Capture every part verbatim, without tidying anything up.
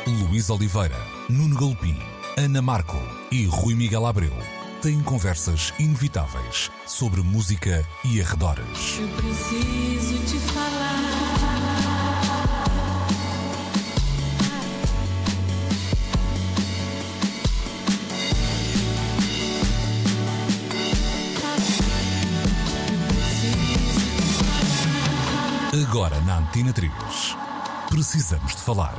Luís Oliveira, Nuno Galopim, Ana Marco e Rui Miguel Abreu têm conversas inevitáveis sobre música e arredores. Eu preciso te falar. Agora na Antena três, precisamos de falar.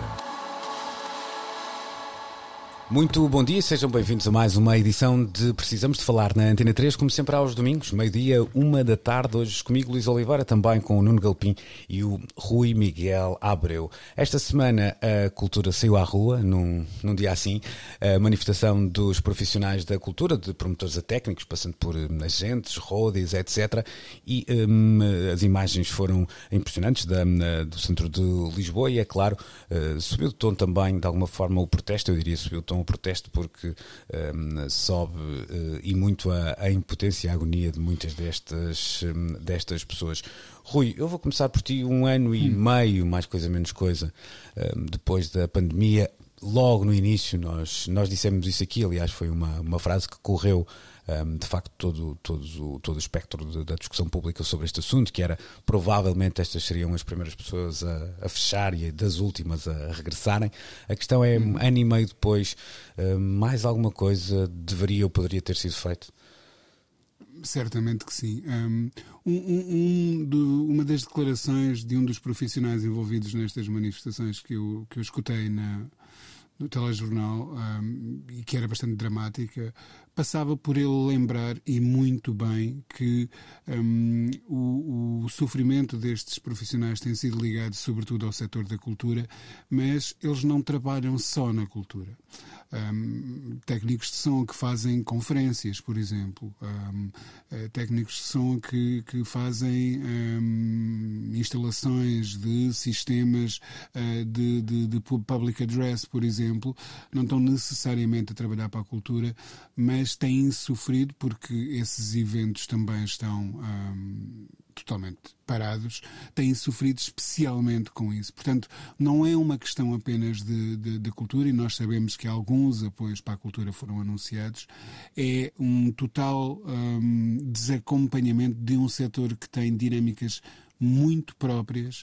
Muito bom dia, sejam bem-vindos a mais uma edição de Precisamos de Falar na Antena três, como sempre aos domingos, meio-dia, uma da tarde, hoje comigo Luís Oliveira, também com o Nuno Galopim e o Rui Miguel Abreu. Esta semana a cultura saiu à rua, num, num dia assim, a manifestação dos profissionais da cultura, de promotores a técnicos, passando por um, agentes, roadies, etcétera. E um, as imagens foram impressionantes da, do centro de Lisboa e, é claro, uh, subiu de tom também, de alguma forma, o protesto, eu diria subiu de tom o protesto porque um, sobe uh, e muito a, a impotência e a agonia de muitas destas, um, destas pessoas. Rui, eu vou começar por ti. Um ano e hum. meio, mais coisa menos coisa, um, depois da pandemia, logo no início nós, nós dissemos isso aqui, aliás foi uma, uma frase que correu Um, de facto todo, todo, o, todo o espectro de, da discussão pública sobre este assunto, que era provavelmente estas seriam as primeiras pessoas a, a fechar e das últimas a regressarem. A questão é, um ano e meio depois, uh, mais alguma coisa deveria ou poderia ter sido feito? Certamente que sim. Um, um, um do, uma das declarações de um dos profissionais envolvidos nestas manifestações que eu, que eu escutei na, no telejornal, um, e que era bastante dramática, passava por ele lembrar, e muito bem, que um, o, o sofrimento destes profissionais tem sido ligado sobretudo ao setor da cultura, mas eles não trabalham só na cultura. Um, técnicos de som que fazem conferências, por exemplo, um, técnicos de som que, que fazem um, instalações de sistemas uh, de, de, de public address, por exemplo, não estão necessariamente a trabalhar para a cultura, mas têm sofrido porque esses eventos também estão um, totalmente parados, têm sofrido especialmente com isso. Portanto, não é uma questão apenas de, de, de cultura, e nós sabemos que alguns apoios para a cultura foram anunciados, é um total um, desacompanhamento de um setor que tem dinâmicas muito próprias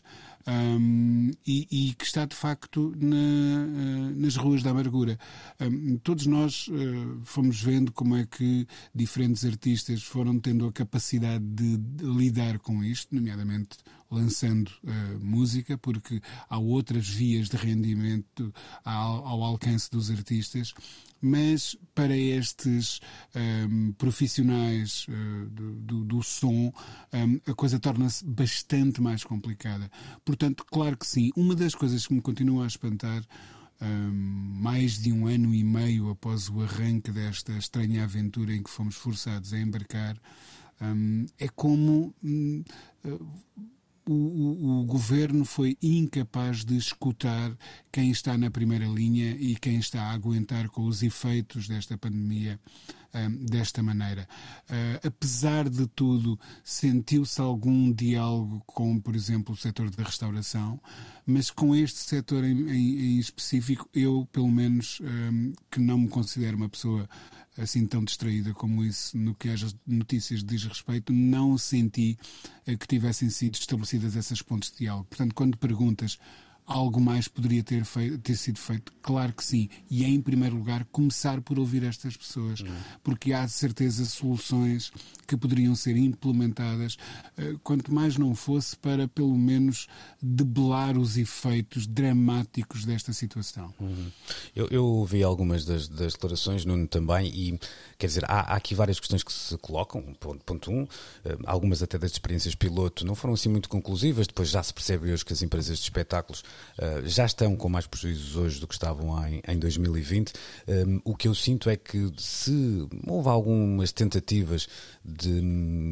um, e, e que está de facto na, uh, nas ruas da amargura. Um, todos nós uh, fomos vendo como é que diferentes artistas foram tendo a capacidade de, de lidar com isto, nomeadamente lançando uh, música, porque há outras vias de rendimento ao, ao alcance dos artistas, mas para estes um, profissionais uh, do, do, do som, um, a coisa torna-se bastante mais complicada. Portanto, claro que sim, uma das coisas que me continua a espantar, um, mais de um ano e meio após o arranque desta estranha aventura em que fomos forçados a embarcar, um, é como um, uh, O, o, o governo foi incapaz de escutar quem está na primeira linha e quem está a aguentar com os efeitos desta pandemia um, desta maneira. Uh, apesar de tudo, sentiu-se algum diálogo com, por exemplo, o setor da restauração, mas com este setor em, em, em específico, eu, pelo menos, um, que não me considero uma pessoa assim tão distraída como isso no que às notícias diz respeito, não senti que tivessem sido estabelecidas essas pontes de diálogo. Portanto, quando perguntas algo mais poderia ter, feito, ter sido feito, claro que sim. E é, em primeiro lugar, começar por ouvir estas pessoas, uhum. porque há de certeza soluções que poderiam ser implementadas, quanto mais não fosse para, pelo menos, debelar os efeitos dramáticos desta situação. Uhum. Eu, eu ouvi algumas das, das declarações, Nuno também, e quer dizer, há, há aqui várias questões que se colocam. Ponto, ponto um, algumas até das experiências piloto não foram assim muito conclusivas. Depois já se percebe hoje que as empresas de espetáculos Uh, já estão com mais prejuízos hoje do que estavam em, em dois mil e vinte. Um, o que eu sinto é que se houve algumas tentativas de, de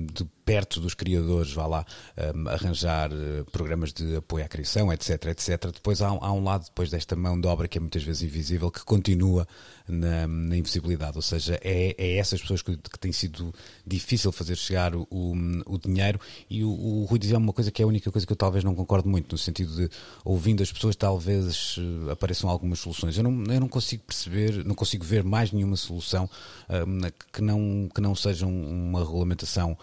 perto dos criadores, vá lá, um, arranjar programas de apoio à criação, etc, etcétera. Depois há, há um lado, depois desta mão de obra que é muitas vezes invisível, que continua na, na invisibilidade, ou seja, é, é essas pessoas que, que tem sido difícil fazer chegar o, o, o dinheiro, e o, o Rui dizia uma coisa que é a única coisa que eu talvez não concordo muito, no sentido de, ouvindo as pessoas, talvez uh, apareçam algumas soluções. Eu não, eu não consigo perceber, não consigo ver mais nenhuma solução um, que, não, que não seja uma regulamentação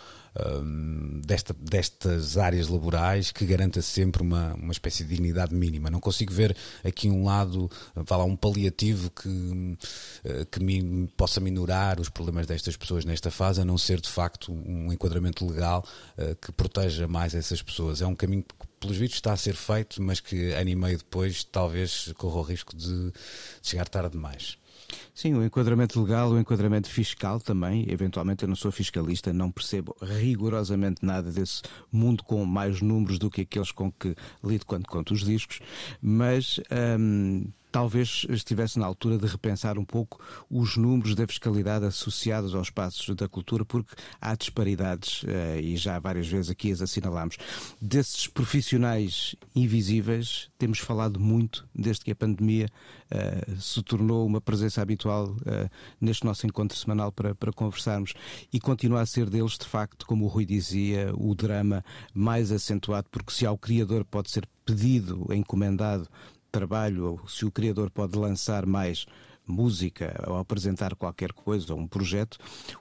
Um, desta, destas áreas laborais que garanta sempre uma, uma espécie de dignidade mínima. Não consigo ver aqui um lado, vá lá, um paliativo que, que me, possa minorar os problemas destas pessoas nesta fase, a não ser de facto um enquadramento legal uh, que proteja mais essas pessoas. É um caminho que, pelos vistos, está a ser feito, mas que ano e meio depois talvez corra o risco de, de chegar tarde demais. Sim, o enquadramento legal, o enquadramento fiscal também. Eventualmente, eu não sou fiscalista, não percebo rigorosamente nada desse mundo com mais números do que aqueles com que lido quando conto os discos, mas hum, talvez estivesse na altura de repensar um pouco os números da fiscalidade associados aos espaços da cultura, porque há disparidades, e já várias vezes aqui as assinalámos. Desses profissionais invisíveis, temos falado muito desde que a pandemia uh, se tornou uma presença habitual uh, neste nosso encontro semanal para, para conversarmos, e continua a ser deles, de facto, como o Rui dizia, o drama mais acentuado, porque se ao criador pode ser pedido, encomendado trabalho, ou se o criador pode lançar mais música ou apresentar qualquer coisa, ou um projeto,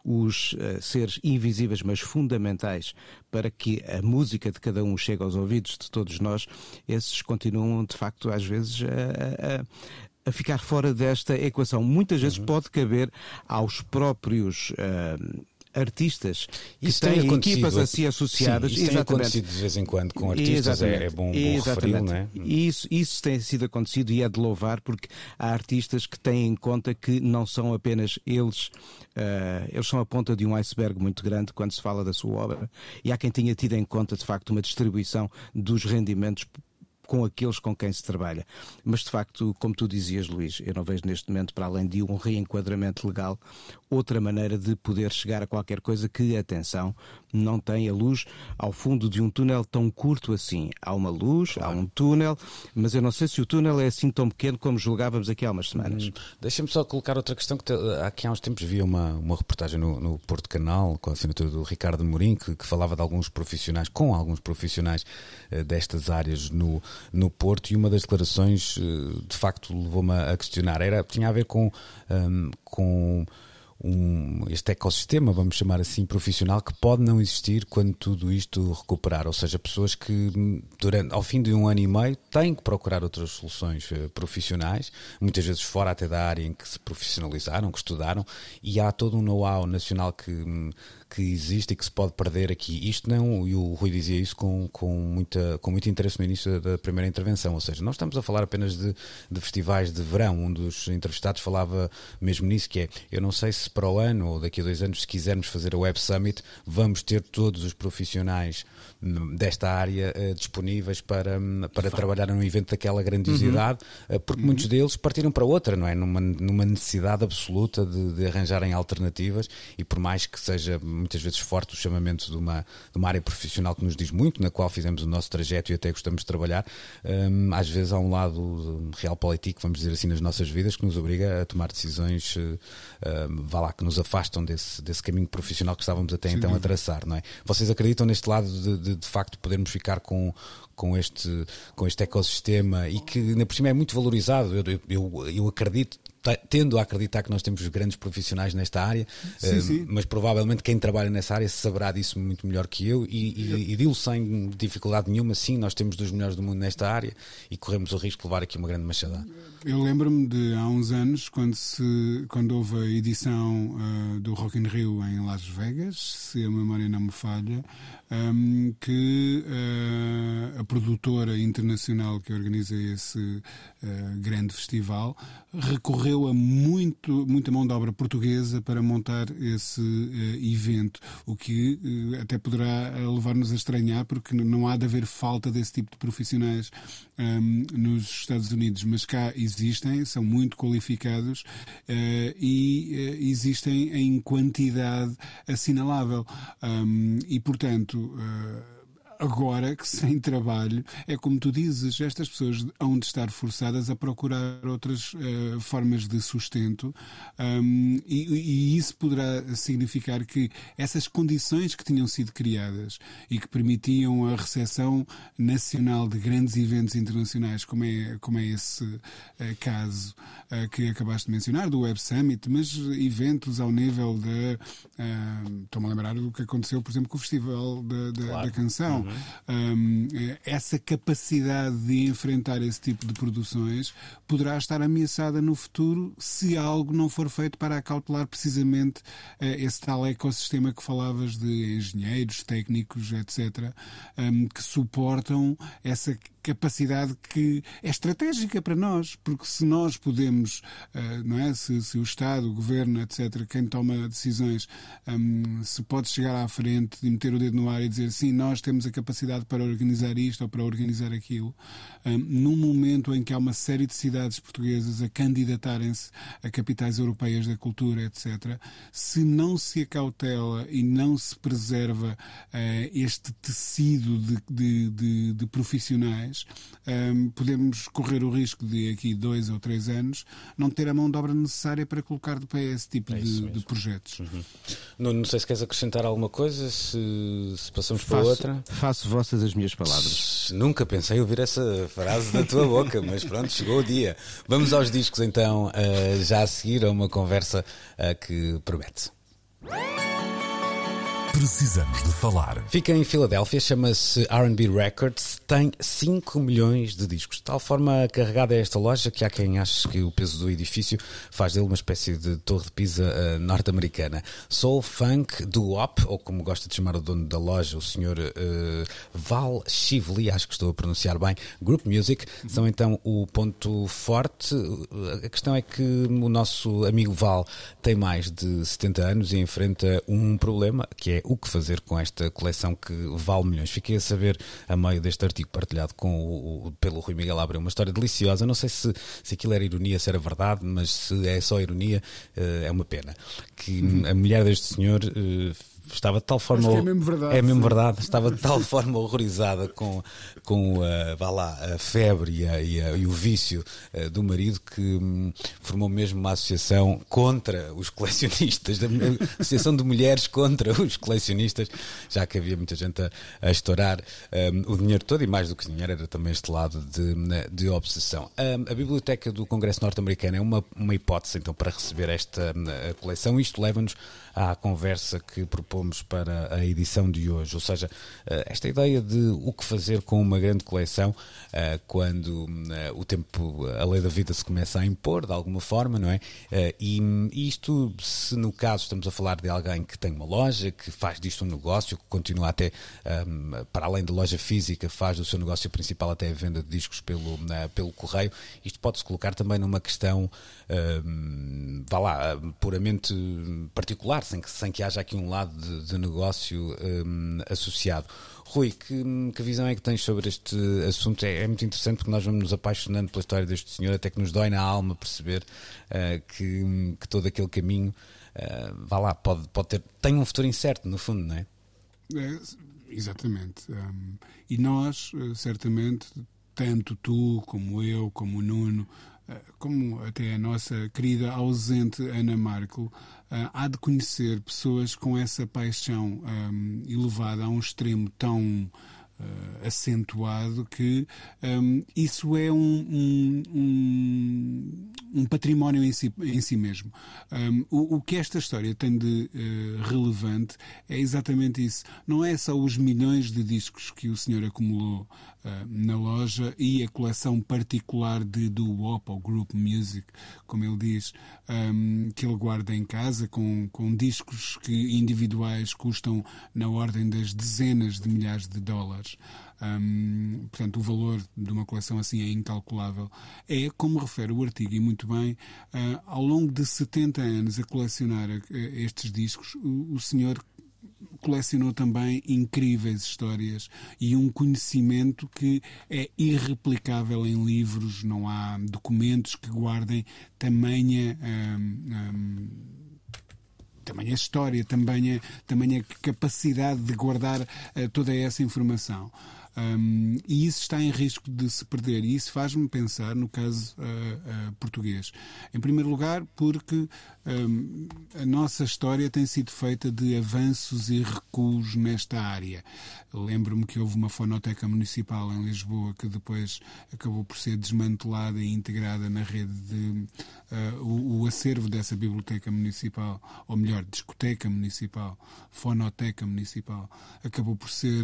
os uh, seres invisíveis, mas fundamentais para que a música de cada um chegue aos ouvidos de todos nós, esses continuam, de facto, às vezes a, a, a ficar fora desta equação. Muitas vezes uhum. pode caber aos próprios Uh, artistas que isso têm tem equipas assim associadas. Sim, isso tem acontecido de vez em quando com artistas, é, é bom, bom referi-lo, não é? Isso, isso tem sido acontecido e é de louvar, porque há artistas que têm em conta que não são apenas eles, uh, eles são a ponta de um iceberg muito grande quando se fala da sua obra, e há quem tenha tido em conta, de facto, uma distribuição dos rendimentos com aqueles com quem se trabalha. Mas, de facto, como tu dizias, Luís, eu não vejo neste momento, para além de um reenquadramento legal, outra maneira de poder chegar a qualquer coisa que, atenção, não tem a luz ao fundo de um túnel tão curto assim. Há uma luz, claro. Há um túnel, mas eu não sei se o túnel é assim tão pequeno como julgávamos aqui há umas semanas. Hum, Deixa-me só colocar outra questão, que te, aqui há uns tempos vi uma, uma reportagem no, no Porto Canal, com a assinatura do Ricardo Amorim, que, que falava de alguns profissionais, com alguns profissionais uh, destas áreas no no Porto, e uma das declarações de facto levou-me a questionar. Era, tinha a ver com, um, com um, este ecossistema, vamos chamar assim, profissional, que pode não existir quando tudo isto recuperar. Ou seja, pessoas que durante, ao fim de um ano e meio têm que procurar outras soluções uh, profissionais, muitas vezes fora até da área em que se profissionalizaram, que estudaram, e há todo um know-how nacional que... que existe e que se pode perder aqui. Isto não, e o Rui dizia isso com, com, muita, com muito interesse no início da primeira intervenção, ou seja, não estamos a falar apenas de, de festivais de verão. Um dos entrevistados falava mesmo nisso, que é, eu não sei se para o ano ou daqui a dois anos, se quisermos fazer a Web Summit, vamos ter todos os profissionais desta área uh, disponíveis para, para trabalhar num evento daquela grandiosidade, uhum. uh, porque uhum. muitos deles partiram para outra, não é? Numa, numa necessidade absoluta de, de arranjarem alternativas, e por mais que seja muitas vezes forte o chamamento de uma, de uma área profissional que nos diz muito, na qual fizemos o nosso trajeto e até gostamos de trabalhar, um, às vezes há um lado realpolitik, vamos dizer assim, nas nossas vidas, que nos obriga a tomar decisões uh, uh, vá lá, que nos afastam desse, desse caminho profissional que estávamos até Sim, então a traçar, não é? Vocês acreditam neste lado de, de, de facto podermos ficar com, com, este, com este ecossistema, e que ainda por cima é muito valorizado? Eu, eu, eu acredito, tendo a acreditar que nós temos grandes profissionais nesta área, sim, uh, sim. mas provavelmente quem trabalha nessa área saberá disso muito melhor que eu, e, e, e digo sem dificuldade nenhuma, sim, nós temos dos melhores do mundo nesta área e corremos o risco de levar aqui uma grande machadada. Eu lembro-me de há uns anos, quando, se, quando houve a edição uh, do Rock in Rio em Las Vegas, se a memória não me falha, um, que uh, a produtora internacional que organiza esse uh, grande festival recorreu recorreu a muito, muita mão de obra portuguesa para montar esse uh, evento, o que uh, até poderá levar-nos a estranhar, porque não há de haver falta desse tipo de profissionais um, nos Estados Unidos, mas cá existem, são muito qualificados uh, e uh, existem em quantidade assinalável. Um, e, portanto, uh, agora que sem trabalho, é como tu dizes, estas pessoas hão de estar forçadas a procurar outras uh, formas de sustento, um, e, e isso poderá significar que essas condições que tinham sido criadas e que permitiam a recepção nacional de grandes eventos internacionais, como é, como é esse uh, caso uh, que acabaste de mencionar, do Web Summit, mas eventos ao nível de... Uh, estou-me a lembrar do que aconteceu, por exemplo, com o Festival da, da, claro. da Canção. Uhum. Um, essa capacidade de enfrentar esse tipo de produções poderá estar ameaçada no futuro se algo não for feito para acautelar precisamente uh, esse tal ecossistema que falavas de engenheiros, técnicos, etcétera, um, que suportam essa capacidade que é estratégica para nós, porque se nós podemos, uh, não é? Se, se o Estado, o Governo, etcétera, quem toma decisões, um, se pode chegar à frente e meter o dedo no ar e dizer sim, nós temos a capacidade para organizar isto ou para organizar aquilo, um, num momento em que há uma série de cidades portuguesas a candidatarem-se a capitais europeias da cultura, etcétera, se não se acautela e não se preserva uh, este tecido de, de, de, de profissionais, Um, podemos correr o risco de aqui dois ou três anos não ter a mão de obra necessária para colocar de pé esse tipo é de, de projetos. Uhum. Não, não sei se queres acrescentar alguma coisa, se, se passamos faço, para outra. Faço vossas as minhas palavras. Nunca pensei ouvir essa frase da tua boca, mas pronto, chegou o dia. Vamos aos discos então, uh, já a seguir a uma conversa uh, que promete. Precisamos de falar. Fica em Filadélfia, chama-se R and B Records, tem cinco milhões de discos. De tal forma carregada é esta loja que há quem ache que o peso do edifício faz dele uma espécie de torre de Pisa uh, norte-americana. Soul, funk, doo-wop, ou como gosta de chamar o dono da loja, o senhor uh, Val Shively, acho que estou a pronunciar bem, Group Music, uhum. são então o ponto forte. A questão é que o nosso amigo Val tem mais de setenta anos e enfrenta um problema, que é o que fazer com esta coleção que vale milhões. Fiquei a saber, a meio deste artigo partilhado com o, o, pelo Rui Miguel Abreu, uma história deliciosa. Não sei se, se aquilo era ironia, se era verdade, mas se é só ironia, uh, é uma pena. Que uhum. a mulher deste senhor... Uh, estava de tal forma... é mesmo verdade. É mesmo verdade. Estava de tal forma horrorizada com, com uh, vá lá, a febre e, a, e, a, e o vício uh, do marido que um, formou mesmo uma associação contra os colecionistas, a associação de mulheres contra os colecionistas, já que havia muita gente a, a estourar um, o dinheiro todo, e mais do que dinheiro era também este lado de, de obsessão. Um, a Biblioteca do Congresso Norte-Americano é uma, uma hipótese então para receber esta a coleção. Isto leva-nos à conversa que propomos para a edição de hoje, ou seja, esta ideia de o que fazer com uma grande coleção quando o tempo, a lei da vida se começa a impor de alguma forma, não é? E isto, se no caso estamos a falar de alguém que tem uma loja, que faz disto um negócio, que continua até, para além da loja física, faz do seu negócio principal até a venda de discos pelo, pelo correio, isto pode-se colocar também numa questão, vá lá, puramente particular, sem que, sem que haja aqui um lado de, de negócio um, associado. Rui, que, que visão é que tens sobre este assunto? É, é muito interessante porque nós vamos nos apaixonando pela história deste senhor, até que nos dói na alma perceber uh, que, que todo aquele caminho, uh, vá lá, pode, pode ter, tem um futuro incerto, no fundo, não é? É, exatamente. Um, e nós, certamente, tanto tu, como eu, como o Nuno, como até a nossa querida ausente Ana Marco, uh, há de conhecer pessoas com essa paixão um, elevada a um extremo tão uh, acentuado que um, isso é um, um, um, um património em si, em si mesmo. Um, o, o que esta história tem de uh, relevante é exatamente isso. Não é só os milhões de discos que o senhor acumulou na loja e a coleção particular de doo-wop ou group music, como ele diz, um, que ele guarda em casa com, com discos que individuais custam na ordem das dezenas de milhares de dólares. Um, portanto, o valor de uma coleção assim é incalculável. É, como refere o artigo, e muito bem, uh, ao longo de setenta anos a colecionar uh, estes discos, o, o senhor colecionou também incríveis histórias e um conhecimento que é irreplicável em livros. Não há documentos que guardem tamanha um, um, tamanha história, tamanha, tamanha capacidade de guardar uh, toda essa informação. Um, e isso está em risco de se perder, e isso faz-me pensar no caso uh, uh, português. Em primeiro lugar, porque um, a nossa história tem sido feita de avanços e recuos nesta área. Lembro-me que houve uma fonoteca municipal em Lisboa que depois acabou por ser desmantelada e integrada na rede de... Uh, o, o acervo dessa biblioteca municipal, ou melhor, discoteca municipal, fonoteca municipal, acabou por ser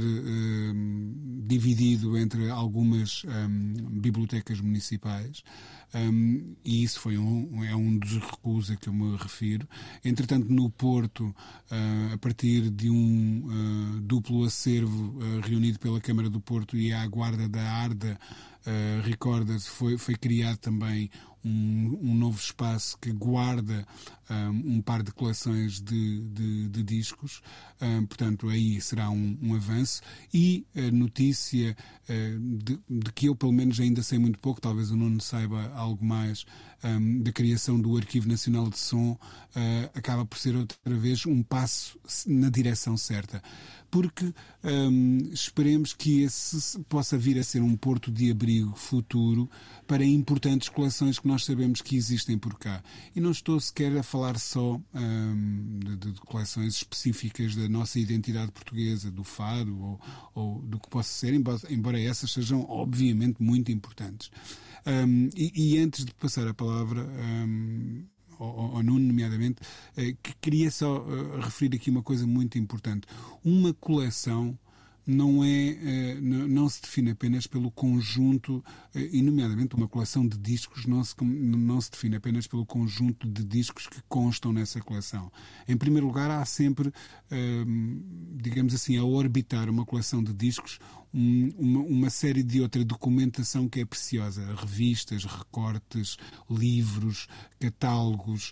uh, dividido entre algumas um, bibliotecas municipais, um, e isso foi um, é um dos recuos a que eu me refiro. Entretanto, no Porto, uh, a partir de um uh, duplo acervo uh, reunido pela Câmara do Porto e à guarda da Arda uh, Recorders, foi, foi criado também Um, um novo espaço que guarda um, um par de coleções de, de, de discos. Um, portanto, aí será um, um avanço. E a notícia uh, de, de que eu, pelo menos, ainda sei muito pouco, talvez o Nuno saiba algo mais, um, da criação do Arquivo Nacional de Som, uh, acaba por ser outra vez um passo na direção certa. Porque um, esperemos que esse possa vir a ser um porto de abrigo futuro para importantes coleções que nós sabemos que existem por cá. E não estou sequer a falar só um, de, de coleções específicas da nossa identidade portuguesa, do fado ou, ou do que possa ser, embora, embora essas sejam obviamente muito importantes. Um, e, e antes de passar a palavra... Um, Ao, ao Nuno, nomeadamente, que queria só uh, referir aqui uma coisa muito importante. Uma coleção não é, uh, não, não se define apenas pelo conjunto, uh, e nomeadamente uma coleção de discos não se, não se define apenas pelo conjunto de discos que constam nessa coleção. Em primeiro lugar, há sempre, uh, digamos assim, a orbitar uma coleção de discos um, uma, uma série de outra documentação que é preciosa. Revistas, recortes, livros, catálogos,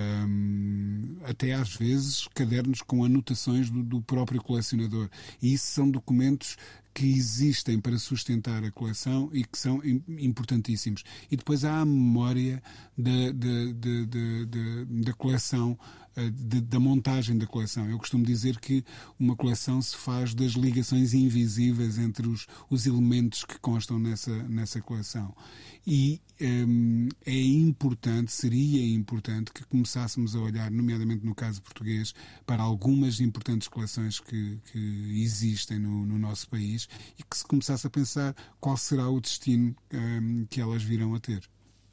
um, até às vezes cadernos com anotações do, do próprio colecionador. E isso são documentos que existem para sustentar a coleção e que são importantíssimos. E depois há a memória da, da, da, da, da coleção, de, da montagem da coleção. Eu costumo dizer que uma coleção se faz das ligações invisíveis entre os, os elementos que constam nessa, nessa coleção. E hum, é importante, seria importante que começássemos a olhar, nomeadamente no caso português, para algumas importantes coleções que, que existem no, no nosso país e que se começasse a pensar qual será o destino hum, que elas virão a ter.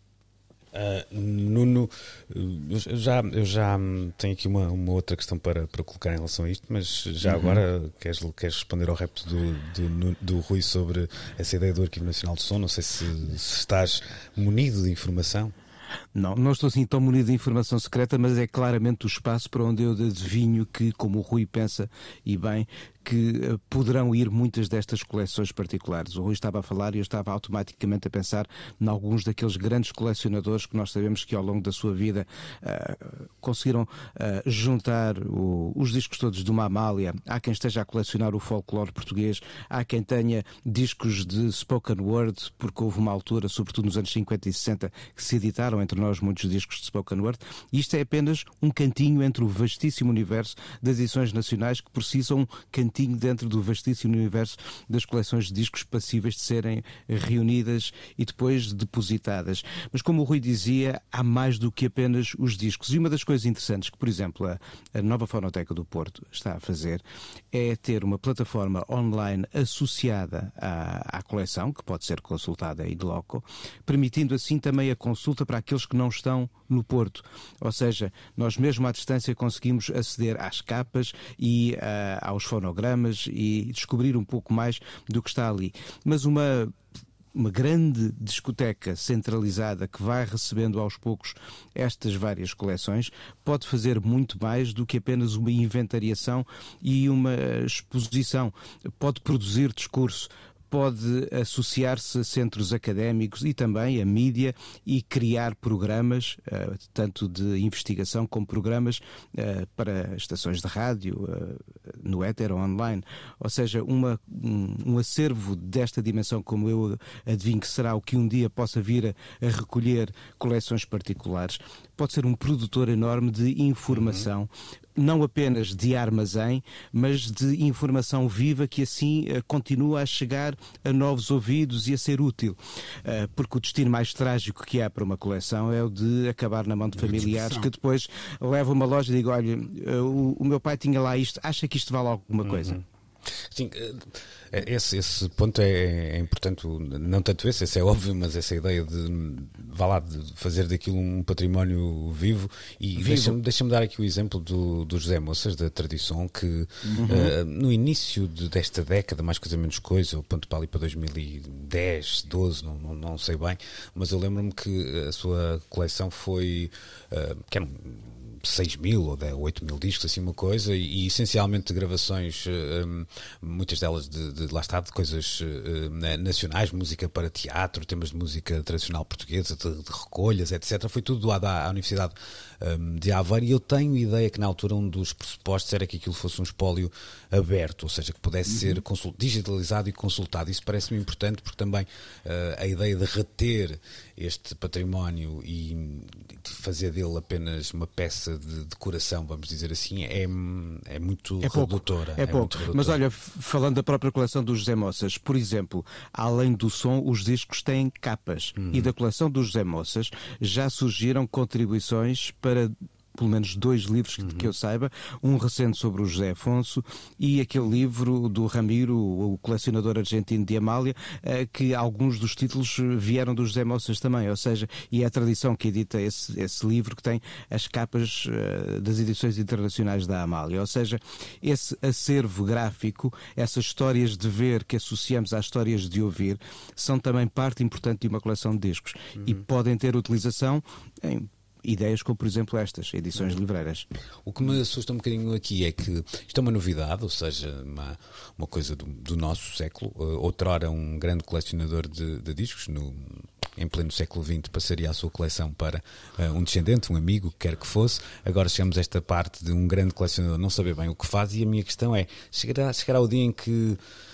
Uh, Nuno, eu já, eu já tenho aqui uma, uma outra questão para, para colocar em relação a isto, mas já uhum. agora queres, queres responder ao repto do, do, do Rui sobre essa ideia do Arquivo Nacional de Som? Não sei se, se estás munido de informação. Não, não estou assim tão munido de informação secreta, mas é claramente o espaço para onde eu adivinho que, como o Rui pensa, e bem, que poderão ir muitas destas coleções particulares. O Rui estava a falar e eu estava automaticamente a pensar em alguns daqueles grandes colecionadores que nós sabemos que ao longo da sua vida uh, conseguiram uh, juntar o, os discos todos de uma Amália. Há quem esteja a colecionar o folclore português, há quem tenha discos de spoken word, porque houve uma altura, sobretudo nos anos cinquenta e sessenta, que se editaram entre nós muitos discos de spoken word. E isto é apenas um cantinho entre o vastíssimo universo das edições nacionais, que por si são um cantinho dentro do vastíssimo universo das coleções de discos passíveis de serem reunidas e depois depositadas. Mas como o Rui dizia, há mais do que apenas os discos. E uma das coisas interessantes que, por exemplo, a, a nova Fonoteca do Porto está a fazer é ter uma plataforma online associada à, à coleção, que pode ser consultada in loco, permitindo assim também a consulta para aqueles que não estão no Porto. Ou seja, nós mesmo à distância conseguimos aceder às capas e uh, aos fonogramas e descobrir um pouco mais do que está ali. Mas uma uma grande discoteca centralizada que vai recebendo aos poucos estas várias coleções pode fazer muito mais do que apenas uma inventariação e uma exposição. Pode produzir discurso, pode associar-se a centros académicos e também a mídia e criar programas, tanto de investigação como programas para estações de rádio, no éter ou online. Ou seja, uma, um, um acervo desta dimensão, como eu adivinho que será o que um dia possa vir a, a recolher coleções particulares, pode ser um produtor enorme de informação, uhum. não apenas de armazém, mas de informação viva que assim uh, continua a chegar a novos ouvidos e a ser útil. Uh, porque o destino mais trágico que há para uma coleção é o de acabar na mão de familiares que depois levam uma loja e digam, olha, uh, o, o meu pai tinha lá isto, acha que isto vale alguma uhum. coisa? Sim, esse, esse ponto é, é importante, não tanto esse, esse é óbvio, mas essa ideia de, vá lá, de fazer daquilo um património vivo. E vivo. deixa-me, deixa-me dar aqui o exemplo do, do José Moças, da Tradição, que uhum. uh, no início de, desta década, mais coisa menos coisa, o ponto para ali para dois mil e dez, doze, não, não, não sei bem, mas eu lembro-me que a sua coleção foi, uh, que eram seis mil ou oito mil discos, assim uma coisa, e, e essencialmente de gravações, um, muitas delas de, de, lá está, de coisas uh, nacionais, música para teatro, temas de música tradicional portuguesa, de, de recolhas, etcétera. Foi tudo doado à, à Universidade um, de Aveiro, e eu tenho ideia que na altura um dos pressupostos era que aquilo fosse um espólio aberto, ou seja, que pudesse uhum. ser consult- digitalizado e consultado. Isso parece-me importante, porque também uh, a ideia de reter este património e fazer dele apenas uma peça de decoração, vamos dizer assim, é, é muito é redutora. É, é pouco, redutora. Mas olha, falando da própria coleção do José Moças, por exemplo, além do som, os discos têm capas. Uhum. E da coleção do José Moças já surgiram contribuições para pelo menos dois livros que, uhum. que eu saiba, um recente sobre o José Afonso e aquele livro do Ramiro, o colecionador argentino de Amália, que alguns dos títulos vieram do José Moças também, ou seja, e é a tradição que edita esse, esse livro que tem as capas uh, das edições internacionais da Amália, ou seja, esse acervo gráfico, essas histórias de ver que associamos às histórias de ouvir, são também parte importante de uma coleção de discos uhum. e podem ter utilização em ideias como, por exemplo, estas, edições livreiras. O que me assusta um bocadinho aqui é que isto é uma novidade, ou seja, uma, uma coisa do, do nosso século. Uh, outrora um grande colecionador de, de discos, no, em pleno século vinte, passaria a sua coleção para uh, um descendente, um amigo, quer que fosse. Agora chegamos a esta parte de um grande colecionador não saber bem o que faz, e a minha questão é, chegará, chegará o dia em que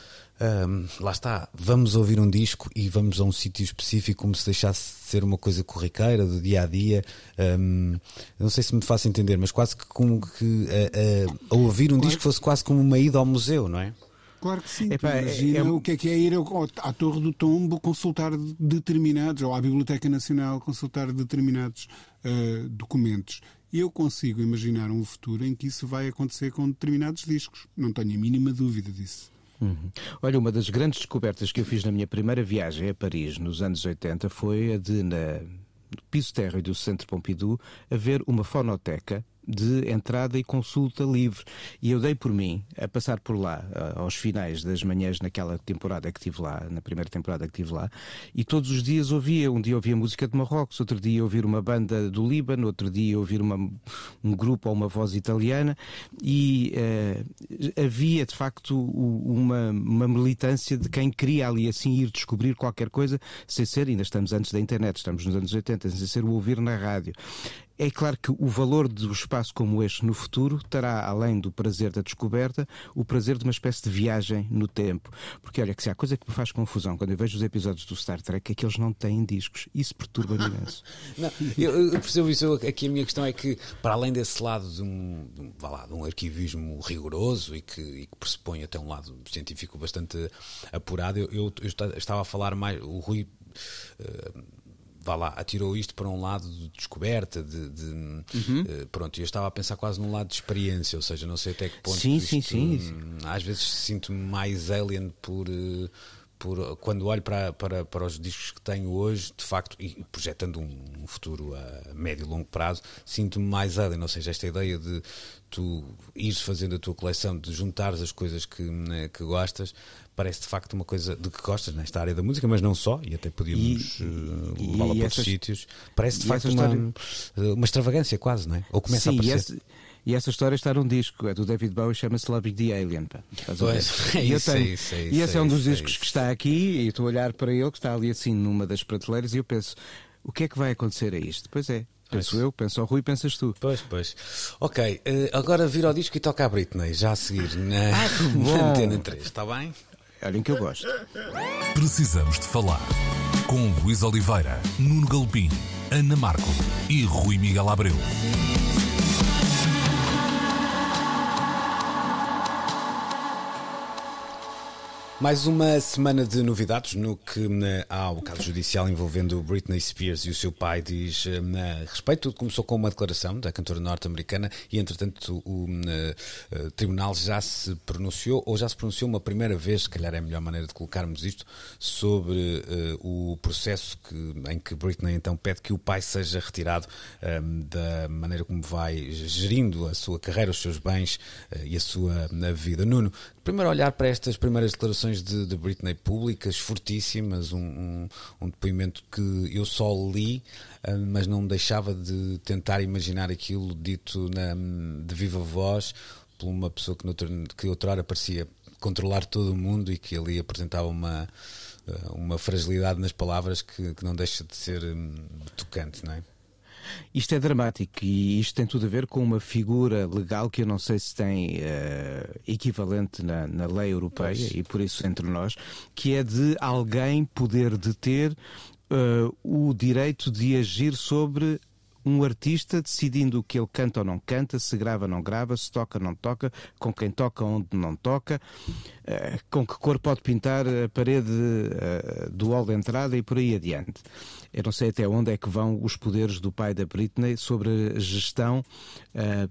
Um, lá está, vamos ouvir um disco e vamos a um sítio específico como se deixasse de ser uma coisa corriqueira do dia a dia. Um, não sei se me faço entender, mas quase que como que uh, uh, a ouvir um claro. disco fosse quase como uma ida ao museu, não é? Claro que sim. Epá, Imagina é, é... o que é que é ir à Torre do Tombo consultar determinados, ou à Biblioteca Nacional consultar determinados uh, documentos. E eu consigo imaginar um futuro em que isso vai acontecer com determinados discos. Não tenho a mínima dúvida disso. Uhum. Olha, uma das grandes descobertas que eu fiz na minha primeira viagem a Paris nos anos oitenta foi a de, na, no piso térreo do Centro Pompidou, haver uma fonoteca de entrada e consulta livre. E eu dei por mim a passar por lá aos finais das manhãs naquela temporada que estive lá, na primeira temporada que estive lá, e todos os dias ouvia, um dia ouvia música de Marrocos, outro dia ouvir uma banda do Líbano, outro dia ouvir uma, um grupo ou uma voz italiana, e uh, havia de facto uma, uma militância de quem queria ali assim ir descobrir qualquer coisa, sem ser, ainda estamos antes da internet, estamos nos anos oitenta, sem ser o ouvir na rádio. É claro que o valor do espaço como este no futuro terá, além do prazer da descoberta, o prazer de uma espécie de viagem no tempo. Porque olha, que se há coisa que me faz confusão quando eu vejo os episódios do Star Trek é que eles não têm discos. Isso perturba-me imenso. Não, eu, eu percebo isso. Eu, aqui a minha questão é que, para além desse lado de um, de um, vá lá, de um arquivismo rigoroso e que, e que pressupõe até um lado científico bastante apurado, eu, eu, eu estava a falar mais... O Rui... Uh, vá lá, atirou isto para um lado de descoberta, de, de uhum. uh, pronto, eu estava a pensar quase num lado de experiência, ou seja, não sei até que ponto sim, isto, sim, sim. Hum, às vezes sinto-me mais alien por, uh, por quando olho para, para, para os discos que tenho hoje, de facto, e projetando um, um futuro a médio e longo prazo, sinto-me mais alien, ou seja, esta ideia de tu ires fazendo a tua coleção, de juntares as coisas que, né, que gostas, parece de facto uma coisa de que gostas nesta área da música, mas não só, e até podíamos e, uh, levá-la para outros sítios. Parece de facto uma, história... uma extravagância quase, não é? Ou começa Sim, a aparecer. Esse... E essa história está num disco, é do David Bowie, chama-se Loving the Alien. Pá. Pois, é e, eu isso, tenho, é isso, é e isso, esse é, é um dos isso, é discos isso. que está aqui, e estou a olhar para ele, que está ali assim numa das prateleiras, e eu penso, o que é que vai acontecer a isto? Pois é, penso Pois. eu, penso ao Rui, pensas tu. Pois, pois. Ok, eh, agora vira ao disco e toca a Britney, já a seguir na, Ah, que na bom. Antena três, está bem? Olhem que eu gosto. Precisamos de falar com Luís Oliveira, Nuno Galpim, Ana Marco e Rui Miguel Abreu. Mais uma semana de novidades no que né, há o caso judicial envolvendo Britney Spears e o seu pai diz né, a respeito. Tudo começou com uma declaração da cantora norte-americana e, entretanto, o né, tribunal já se pronunciou, ou já se pronunciou uma primeira vez, se calhar é a melhor maneira de colocarmos isto, sobre uh, o processo que, em que Britney então pede que o pai seja retirado um, da maneira como vai gerindo a sua carreira, os seus bens uh, e a sua na vida. Nuno, primeiro olhar para estas primeiras declarações de, de Britney públicas, fortíssimas, um, um, um depoimento que eu só li, uh, mas não deixava de tentar imaginar aquilo dito na, de viva voz por uma pessoa que, noutra, que outrora parecia controlar todo o mundo e que ali apresentava uma, uh, uma fragilidade nas palavras que, que não deixa de ser um, tocante, não é? Isto é dramático e isto tem tudo a ver com uma figura legal que eu não sei se tem uh, equivalente na, na lei europeia, pois. E por isso entre nós, que é de alguém poder deter uh, o direito de agir sobre um artista, decidindo o que ele canta ou não canta, se grava ou não grava, se toca ou não toca, com quem toca ou onde não toca, uh, com que cor pode pintar a parede uh, do hall de entrada e por aí adiante. Eu não sei até onde é que vão os poderes do pai da Britney sobre a gestão uh,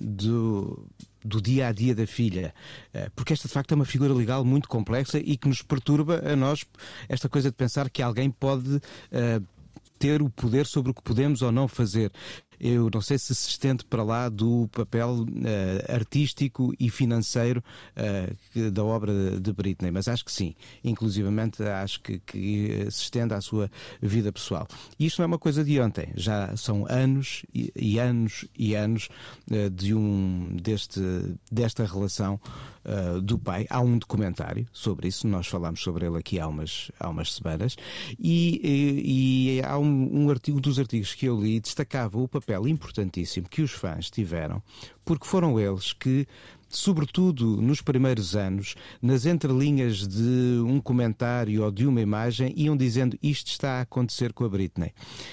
do, do dia-a-dia da filha. Uh, porque esta, de facto, é uma figura legal muito complexa e que nos perturba a nós esta coisa de pensar que alguém pode uh, ter o poder sobre o que podemos ou não fazer. Eu não sei se se estende para lá do papel uh, artístico e financeiro uh, da obra de Britney, mas acho que sim. Inclusivamente acho que, que se estende à sua vida pessoal. E isto não é uma coisa de ontem. Já são anos e, e anos e anos uh, de um, deste, desta relação uh, do pai. Há um documentário sobre isso. Nós falámos sobre ele aqui há umas, há umas semanas. E, e, e há um, um artigo, um dos artigos que eu li destacava o papel importantíssimo que os fãs tiveram, porque foram eles que, sobretudo nos primeiros anos, nas entrelinhas de um comentário ou de uma imagem, iam dizendo isto está a acontecer com a Britney.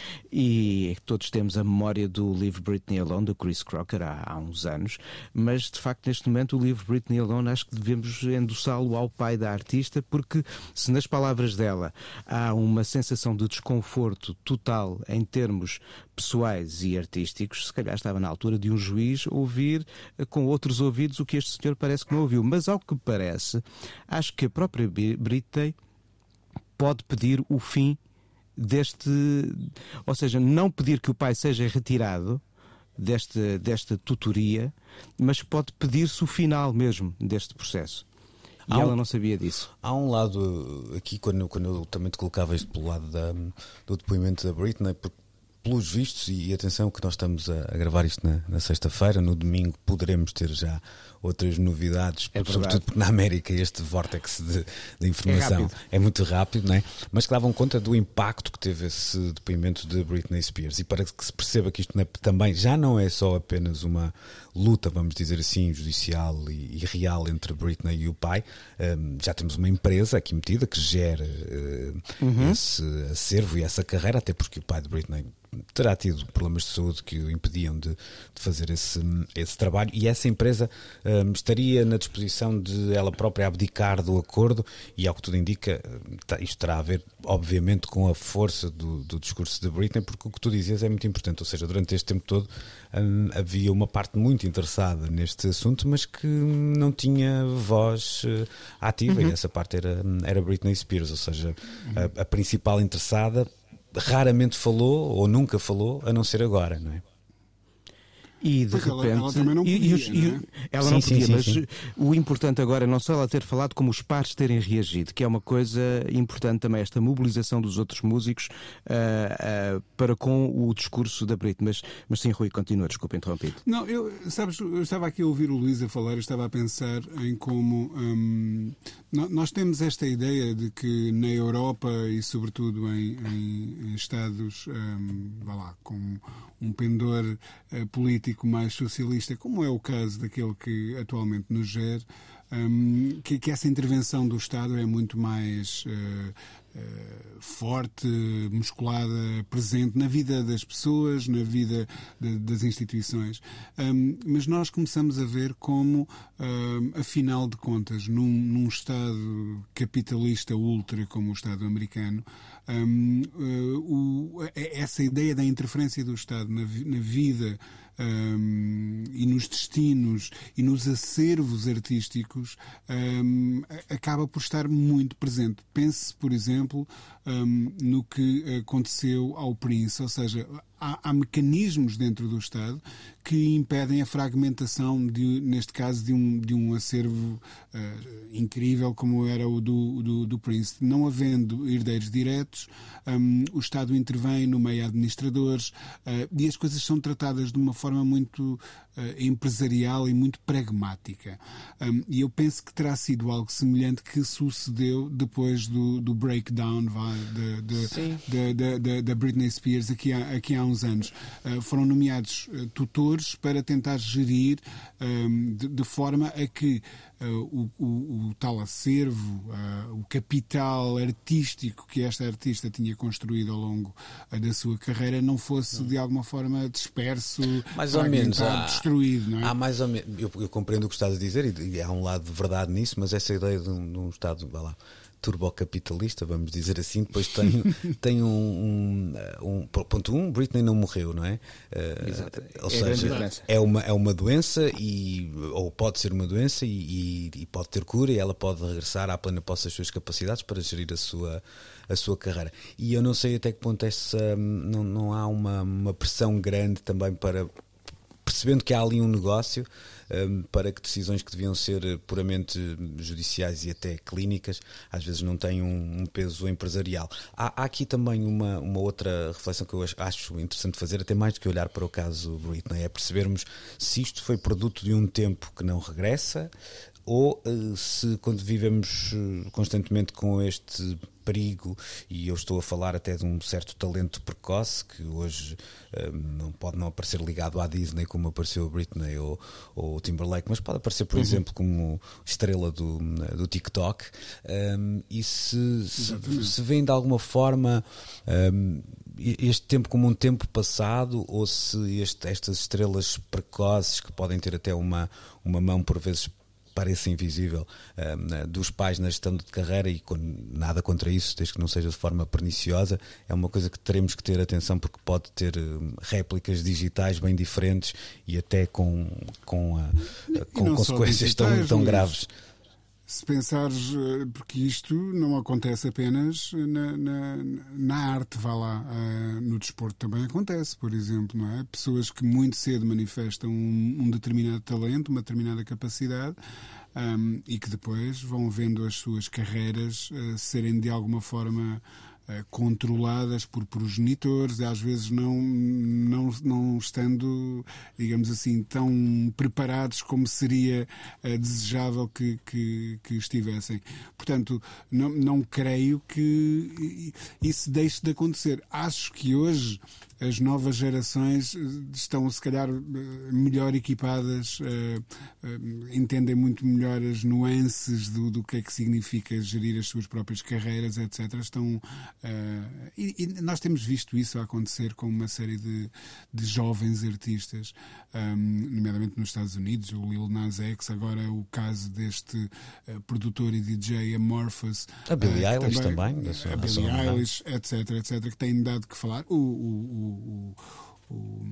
E todos temos a memória do Leave Britney Alone, do Chris Crocker, há, há uns anos, mas de facto neste momento o Leave Britney Alone acho que devemos endossá-lo ao pai da artista, porque se nas palavras dela há uma sensação de desconforto total em termos pessoais e artísticos, se calhar estava na altura de um juiz ouvir com outros ouvidos o que este senhor parece que não ouviu. Mas ao que parece, acho que a própria Britney pode pedir o fim deste... Ou seja, não pedir que o pai seja retirado desta, desta tutoria, mas pode pedir-se o final mesmo deste processo. E há ela um, não sabia disso. Há um lado aqui, quando, quando eu também te colocava isto pelo lado da, do depoimento da Britney, porque pelos vistos, e atenção que nós estamos a, a gravar isto na, na sexta-feira, no domingo poderemos ter já outras novidades, é sobretudo porque na América este vórtice de, de informação é, é muito rápido, não é? Mas que davam conta do impacto que teve esse depoimento de Britney Spears. E para que se perceba que isto não é, também já não é só apenas uma luta, vamos dizer assim, judicial e, e real entre Britney e o pai, um, já temos uma empresa aqui metida que gera uh, uhum. esse acervo e essa carreira, até porque o pai de Britney terá tido problemas de saúde que o impediam de, de fazer esse, esse trabalho, e essa empresa um, estaria na disposição de ela própria abdicar do acordo, e ao que tudo indica isto terá a ver obviamente com a força do, do discurso de Britney, porque o que tu dizias é muito importante, ou seja, durante este tempo todo um, havia uma parte muito interessada neste assunto, mas que não tinha voz uh, ativa, uhum. e essa parte era, era Britney Spears, ou seja, a, a principal interessada raramente falou ou nunca falou, a não ser agora, não é? E de Pois repente. ela, ela também não podia, e, e os, não é? e, ela Sim, não sim, podia, sim, mas sim. o importante agora é não só ela ter falado, como os pares terem reagido, que é uma coisa importante também, esta mobilização dos outros músicos uh, uh, para com o discurso da Britney. Mas, mas sim, Rui, continua, desculpa interrompido. Não, eu, sabes, eu estava aqui a ouvir o Luís a falar, eu estava a pensar em como hum, no- nós temos esta ideia de que na Europa e sobretudo em, em- em Estados hum, vá lá, com um pendor eh, político mais socialista, como é o caso daquele que atualmente nos gera, hum, que, que essa intervenção do Estado é muito mais eh, eh, forte, musculada, presente na vida das pessoas, na vida de- das instituições. Hum, mas nós começamos a ver como, hum, afinal de contas, num, num Estado capitalista ultra como o Estado americano, hum, eh, o- essa ideia da interferência do Estado na, vi- na vida hum, e nos destinos e nos acervos artísticos hum, a- acaba por estar muito presente. Pense, por exemplo, hum, no que aconteceu ao Prince, ou seja, há, há mecanismos dentro do Estado que impedem a fragmentação, de, neste caso, de um, de um acervo uh, incrível como era o do, do, do Prince. Não havendo herdeiros diretos, um, o Estado intervém, nomeia administradores, uh, e as coisas são tratadas de uma forma muito uh, empresarial e muito pragmática. Um, e eu penso que terá sido algo semelhante que sucedeu depois do, do breakdown vá, de, de, de, de, de, de Britney Spears aqui há, aqui há uns anos. Uh, foram nomeados uh, tutores para tentar gerir um, de, de forma a que uh, o, o, o tal acervo, uh, o capital artístico que esta artista tinha construído ao longo uh, da sua carreira não fosse de alguma forma disperso, Mais ou menos, há, destruído. Não é? há mais ou menos, eu, eu compreendo o que estás a dizer e, e há um lado de verdade nisso, mas essa ideia de um, de um Estado, vai lá, turbocapitalista, vamos dizer assim, depois tem, tem um, um, um ponto um, Britney não morreu, não é? Exato. Uh, ou É seja, é uma, é uma doença e, ou pode ser uma doença e, e, e pode ter cura e ela pode regressar à plena posse das suas capacidades para gerir a sua, a sua carreira. E eu não sei até que ponto essa, não, não há uma, uma pressão grande também para, percebendo que há ali um negócio, um, para que decisões que deviam ser puramente judiciais e até clínicas às vezes não têm um, um peso empresarial. Há, há aqui também uma, uma outra reflexão que eu acho interessante fazer, até mais do que olhar para o caso Britney, é percebermos se isto foi produto de um tempo que não regressa ou se, quando vivemos constantemente com este perigo, e eu estou a falar até de um certo talento precoce que hoje um, não pode não aparecer ligado à Disney como apareceu a Britney ou, ou o Timberlake, mas pode aparecer, por uhum. exemplo, como estrela do, do TikTok, um, e se, se, se vem de alguma forma um, este tempo como um tempo passado, ou se este, estas estrelas precoces que podem ter até uma, uma mão por vezes parece invisível um, dos pais na gestão de carreira, e com, nada contra isso, desde que não seja de forma perniciosa, é uma coisa que teremos que ter atenção, porque pode ter um, réplicas digitais bem diferentes e até com, com, a, com consequências tão, tão graves. Se pensares, porque isto não acontece apenas na, na, na arte, vá lá, uh, no desporto também acontece, por exemplo, não é? Pessoas que muito cedo manifestam um, um determinado talento, uma determinada capacidade, um, e que depois vão vendo as suas carreiras uh, serem de alguma forma uh, controladas por progenitores, às vezes não, não, não estando, digamos assim, tão preparados como seria uh, desejável que, que, que estivessem. Portanto, não, não creio que isso deixe de acontecer. Acho que hoje as novas gerações estão, se calhar, melhor equipadas, uh, uh, entendem muito melhor as nuances do, do que é que significa gerir as suas próprias carreiras, etcétera. Estão, uh, e, e nós temos visto isso a acontecer com uma série de, de jovens artistas, um, nomeadamente nos Estados Unidos, o Lil Nas X, agora o caso deste uh, produtor e D J Amorphous. A Billie uh, Eilish também. também sua, a Billie Eilish, etc, etc, que têm dado que falar. O, o, o, o,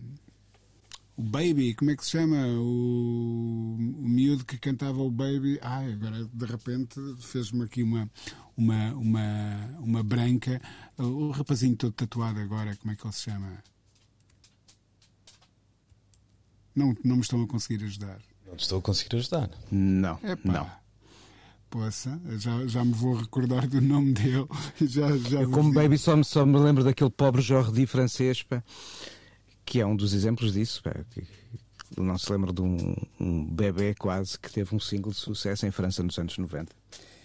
o Baby, como é que se chama? O, o miúdo que cantava o Baby. Ai, agora de repente fez-me aqui uma, uma, uma, uma branca. O rapazinho todo tatuado agora, como é que ele se chama? Não, não me estão a conseguir ajudar. Não te estou a conseguir ajudar. Não, Epá. não. Poça, já, já me vou recordar do nome dele. Já, já Eu, vos como digo. baby, só me, só me lembro daquele pobre Jordi francês, pá, que é um dos exemplos disso. Pá, que não se lembra de um, um bebê quase que teve um single de sucesso em França nos anos noventa.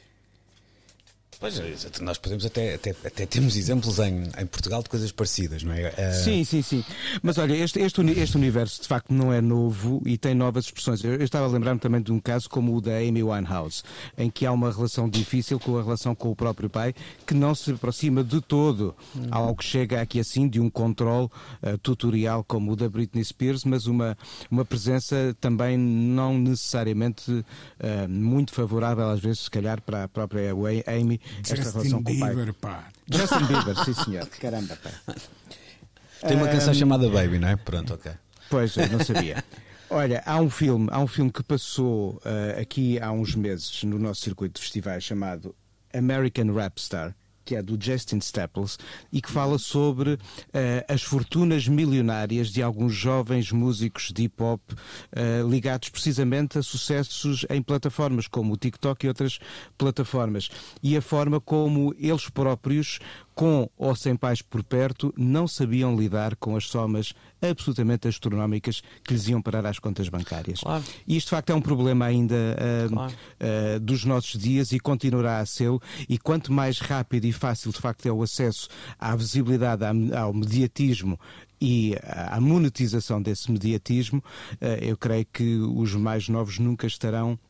Pois, nós podemos até, até, até temos exemplos em, em Portugal de coisas parecidas, não é? Uh... Sim, sim, sim. Mas olha, este, este, este universo de facto não é novo e tem novas expressões. Eu, eu estava a lembrar-me também de um caso como o da Amy Winehouse, em que há uma relação difícil com a relação com o próprio pai, que não se aproxima de todo hum. ao que chega aqui assim de um controle uh, tutorial como o da Britney Spears, mas uma, uma presença também não necessariamente uh, muito favorável, às vezes, se calhar, para a própria Amy. Esta Justin relação com o pai. Bieber, pá. Justin Bieber, sim senhor. Caramba, pá. Tem uma canção Um, chamada Baby, não é? Pronto, ok. Pois, eu não sabia. Olha, há um filme, há um filme que passou uh, aqui há uns meses no nosso circuito de festivais chamado American Rap Star, que é do Justin Staples, e que fala sobre uh, as fortunas milionárias de alguns jovens músicos de hip-hop uh, ligados precisamente a sucessos em plataformas como o TikTok e outras plataformas, e a forma como eles próprios, com ou sem pais por perto, não sabiam lidar com as somas absolutamente astronómicas que lhes iam parar às contas bancárias. Claro. E isto de facto é um problema ainda uh, claro. uh, dos nossos dias e continuará a ser, e quanto mais rápido e fácil de facto é o acesso à visibilidade, ao mediatismo e à monetização desse mediatismo, uh, eu creio que os mais novos nunca estarão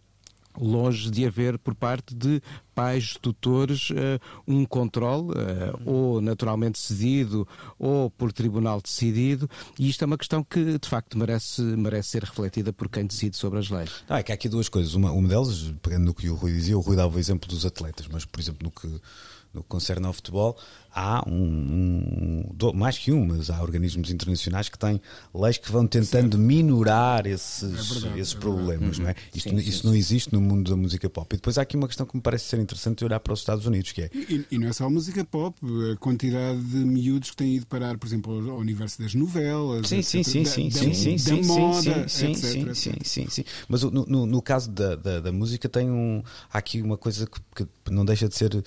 longe de haver por parte de pais, tutores, uh, um controle, uh, ou naturalmente cedido, ou por tribunal decidido, e isto é uma questão que de facto merece, merece ser refletida por quem decide sobre as leis. Ah, é que há aqui duas coisas. Uma, uma delas, pegando no que o Rui dizia, o Rui dava o exemplo dos atletas, mas por exemplo no que, no que concerne ao futebol, há um, um, do, mais que um, mas há organismos internacionais que têm leis que vão tentando sim. minorar esses, é verdade, esses é problemas, não é? Isto, sim, isso sim, não sim. existe no mundo da música pop. E depois há aqui uma questão que me parece ser interessante olhar para os Estados Unidos, que é... E, e não é só a música pop, a quantidade de miúdos que têm ido parar, por exemplo, ao universo das novelas, sim, sim, sim, da, sim, da, sim, sim, da sim, moda, sim, etcétera, sim, etcétera. sim, sim, sim. Mas no, no, no caso da, da, da música tem um... Há aqui uma coisa que, que não deixa de ser...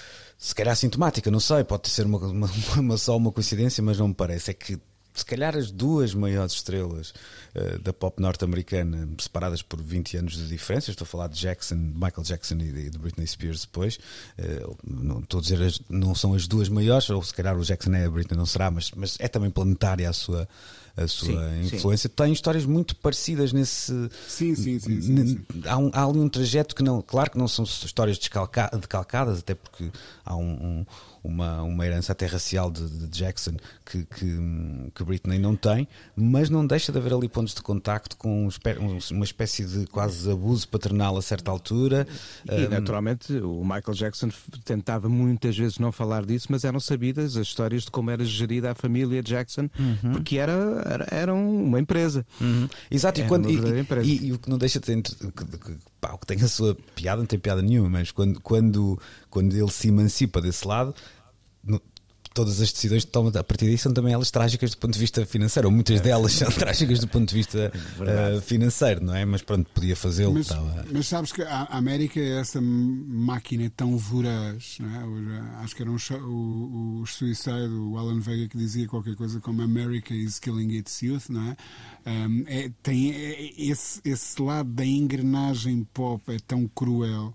Se calhar sintomática, não sei, pode ser uma, uma, uma, só uma coincidência, mas não me parece. É que se calhar as duas maiores estrelas uh, da pop norte-americana, separadas por vinte anos de diferença, estou a falar de Jackson, Michael Jackson e de Britney Spears depois, uh, não estou a dizer, as, não são as duas maiores, ou se calhar o Jackson é, a Britney não será, mas, mas é também planetária a sua... a sua sim, influência, sim. Tem histórias muito parecidas nesse... Sim, sim, sim. sim, sim. Há, um, há ali um trajeto que não... Claro que não são histórias descalca, decalcadas, até porque há um, um, uma, uma herança até racial de, de Jackson que, que, que Britney não tem, mas não deixa de haver ali pontos de contacto com uma espécie de quase abuso paternal a certa altura. E um... naturalmente o Michael Jackson tentava muitas vezes não falar disso, mas eram sabidas as histórias de como era gerida a família Jackson, uhum. porque era Era, era uma empresa. Uhum. Exato, e, quando, e, e, e o que não deixa de ter, que, que, pá, o que tem a sua piada, não tem piada nenhuma, mas quando, quando, quando ele se emancipa desse lado, no, todas as decisões que toma a partir daí são também elas trágicas do ponto de vista financeiro, ou muitas delas são trágicas do ponto de vista uh, financeiro, não é? Mas pronto, podia fazê-lo. Mas, estava... mas sabes que a América é essa máquina tão voraz, não é? Acho que era um show, o, o Suicide, o Alan Vega, que dizia qualquer coisa como America is killing its youth, não é? Um, é tem é, esse, esse lado da engrenagem pop é tão cruel.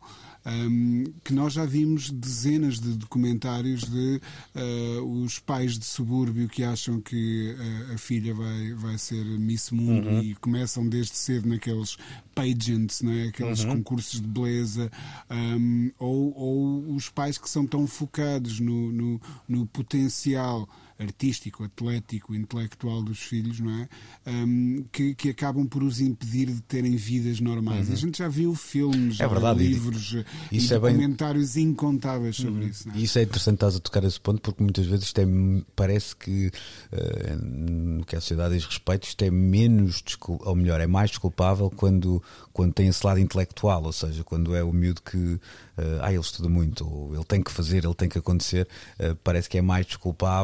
Um, que nós já vimos dezenas de documentários de uh, os pais de subúrbio que acham que uh, a filha vai, vai ser Miss Mundo, uhum. e começam desde cedo naqueles pageants, não é? Aqueles uhum. concursos de beleza, um, ou, ou os pais que são tão focados no, no, no potencial artístico, atlético, intelectual dos filhos, não é? Um, que, que acabam por os impedir de terem vidas normais. Uhum. A gente já viu filmes, é verdade, livros e, e é documentários bem... incontáveis sobre uhum. isso. Não é? E isso é interessante, estás a tocar esse ponto, porque muitas vezes isto é, parece que uh, no que a sociedade diz respeito, isto é menos, ou melhor, é mais desculpável quando, quando tem esse lado intelectual, ou seja, quando é o miúdo que uh, ah, ele estuda muito, ou ele tem que fazer, ele tem que acontecer, uh, parece que é mais desculpável uh,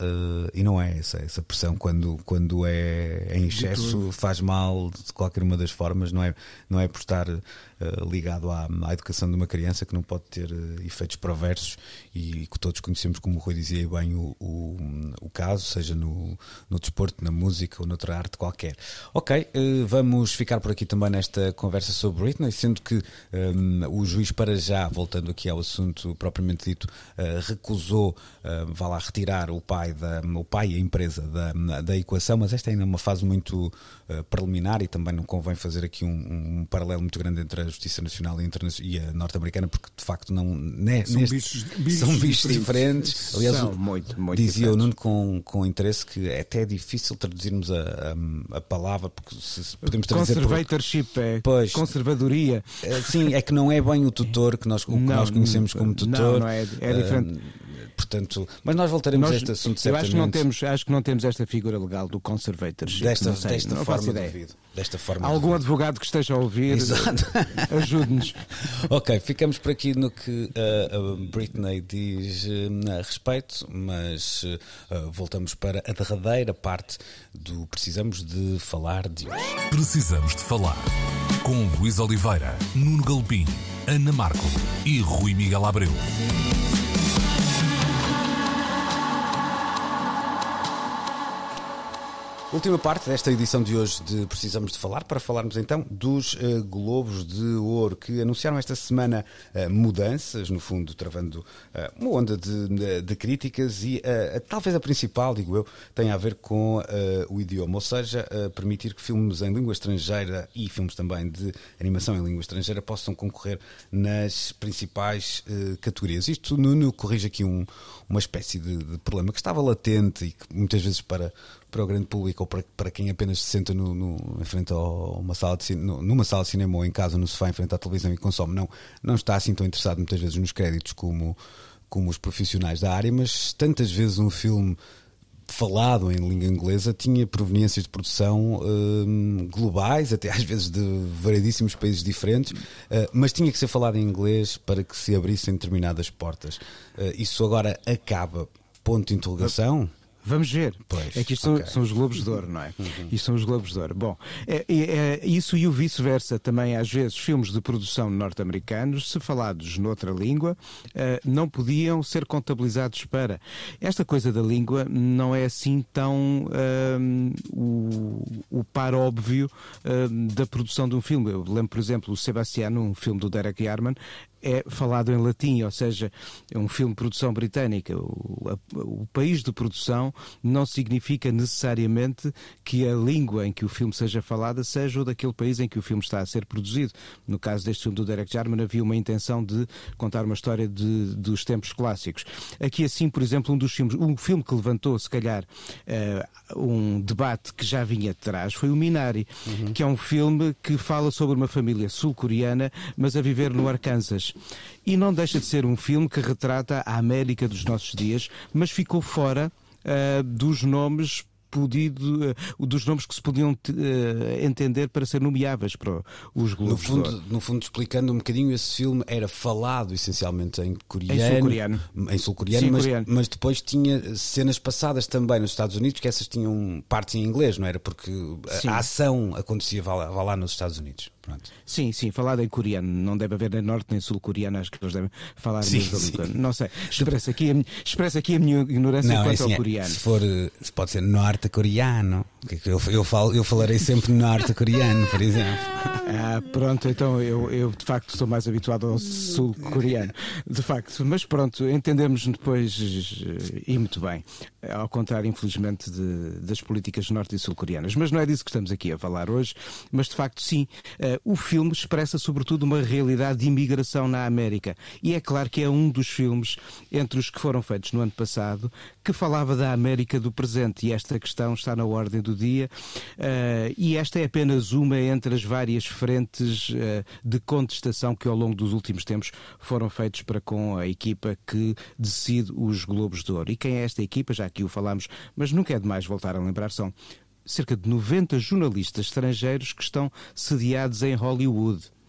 uh, e não é essa, essa pressão quando, quando é em excesso, faz mal de qualquer uma das formas, não é, não é por estar uh, ligado à, à educação de uma criança que não pode ter uh, efeitos perversos e que todos conhecemos, como o Rui dizia bem, o, o, o caso, seja no, no desporto, na música ou noutra arte qualquer. Ok, uh, vamos ficar por aqui também nesta conversa sobre Britney, sendo que um, o juiz, para já, voltando aqui ao assunto propriamente dito, uh, recusou, uh, vá lá, retirar o pai, da, o pai e a empresa da, da equação, mas esta ainda é uma fase muito uh, preliminar e também não convém fazer aqui um, um paralelo muito grande entre a Justiça Nacional e, e a norte-americana, porque de facto não, ne, são, neste, bichos, bichos são bichos diferentes. diferentes. Aliás, São muito, muito dizia diferentes. o Nuno com, com interesse que é até difícil traduzirmos a, a, a palavra, porque se, se podemos traduzir por... Conservatorship é Pois. conservadoria. Sim, é que não é bem o tutor que nós, o que Não, nós conhecemos como tutor. Não, não é, é diferente. Uh, portanto, mas nós voltaremos Nós- a este assunto eu certamente. acho que, não temos, acho que não temos esta figura legal do conservatorship. desta, não sei, desta não faço forma ideia. duvido. Desta forma Algum duvido. advogado que esteja a ouvir, Exato. ajude-nos. Ok, ficamos por aqui no que uh, a Britney diz uh, a respeito, mas uh, voltamos para a derradeira parte do Precisamos de Falar de hoje. Precisamos de Falar com Luís Oliveira, Nuno Galpim, Ana Marco e Rui Miguel Abreu. Última parte desta edição de hoje de Precisamos de Falar, para falarmos então dos uh, Globos de Ouro, que anunciaram esta semana uh, mudanças, no fundo travando uh, uma onda de, de, de críticas e uh, talvez a principal, digo eu, tem a ver com uh, o idioma, ou seja, uh, permitir que filmes em língua estrangeira e filmes também de animação em língua estrangeira possam concorrer nas principais uh, categorias. Isto, Nuno, corrige aqui um, uma espécie de, de problema que estava latente e que muitas vezes para para o grande público ou para, para quem apenas se senta no, no, em frente a uma sala de cinema, numa sala de cinema ou em casa, no sofá, em frente à televisão e consome, não, não está assim tão interessado muitas vezes nos créditos como, como os profissionais da área, mas tantas vezes um filme falado em língua inglesa tinha proveniências de produção hum, globais, até às vezes de variedíssimos países diferentes, uh, mas tinha que ser falado em inglês para que se abrissem determinadas portas. Uh, isso agora acaba, ponto de interrogação. Vamos ver. Pois, é que isto são, ok. são os Globos de Ouro, não é? Uhum. Isto são os Globos de Ouro. Bom, é, é, é isso e o vice-versa também, às vezes, filmes de produção norte-americanos, se falados noutra língua, uh, não podiam ser contabilizados para. Esta coisa da língua não é assim tão um, o, o par óbvio um, da produção de um filme. Eu lembro, por exemplo, o Sebastiano, um filme do Derek Jarman, é falado em latim, ou seja, é um filme de produção britânica. O, a, o país de produção não significa necessariamente que a língua em que o filme seja falada seja o daquele país em que o filme está a ser produzido. No caso deste filme do Derek Jarman, havia uma intenção de contar uma história de, dos tempos clássicos. Aqui, assim, por exemplo, um dos filmes, um filme que levantou, se calhar, uh, um debate que já vinha de trás foi o Minari, uhum. que é um filme que fala sobre uma família sul-coreana, mas a viver no Arkansas. E não deixa de ser um filme que retrata a América dos nossos dias, mas ficou fora uh, dos nomes podido, uh, dos nomes que se podiam uh, entender para ser nomeáveis para os Globos no fundo, de Ouro. No fundo, explicando um bocadinho, esse filme era falado essencialmente em coreano, Em sul-coreano. em sul-coreano, Sim, mas, coreano. mas depois tinha cenas passadas também nos Estados Unidos, que essas tinham partes em inglês, não era? Porque Sim. a, a ação acontecia vá lá, vá lá nos Estados Unidos. Pronto. Sim, sim, falado em coreano. Não deve haver nem norte nem sul-coreano, acho que eles devem falar Sim, mesmo sim. língua. Não sei. Expressa aqui, a, minha- expressa aqui a minha ignorância Não, é quanto assim, ao é, coreano. se for, eh, se pode ser norte-coreano, que eu, eu, falo, eu falarei sempre norte-coreano, por exemplo. Ah, pronto, então eu, eu de facto estou mais habituado ao sul-coreano, de facto, mas pronto, entendemos depois eh, e muito bem, ao contrário, infelizmente, de, das políticas norte e sul-coreanas. Mas não é disso que estamos aqui a falar hoje, mas de facto sim, eh, o filme expressa sobretudo uma realidade de imigração na América, e é claro que é um dos filmes, entre os que foram feitos no ano passado, que falava da América do presente, e esta questão está na ordem do dia, eh, e esta é apenas uma entre as várias frentes uh, de contestação que ao longo dos últimos tempos foram feitos para com a equipa que decide os Globos de Ouro. E quem é esta equipa? Já aqui o falámos, mas nunca é demais voltar a lembrar, são cerca de noventa jornalistas estrangeiros que estão sediados em Hollywood.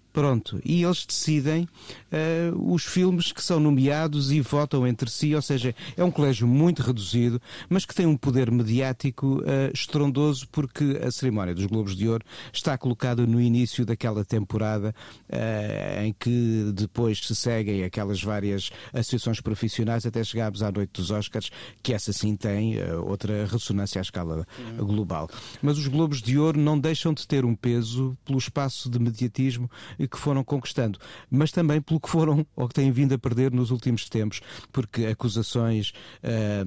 Pronto, e eles decidem uh, os filmes que são nomeados e votam entre si, ou seja, é um colégio muito reduzido, mas que tem um poder mediático uh, estrondoso, porque a cerimónia dos Globos de Ouro está colocada no início daquela temporada uh, em que depois se seguem aquelas várias associações profissionais até chegarmos à noite dos Oscars, que essa sim tem uh, outra ressonância à escala uhum. global. Mas os Globos de Ouro não deixam de ter um peso pelo espaço de mediatismo que foram conquistando, mas também pelo que foram ou que têm vindo a perder nos últimos tempos, porque acusações uh,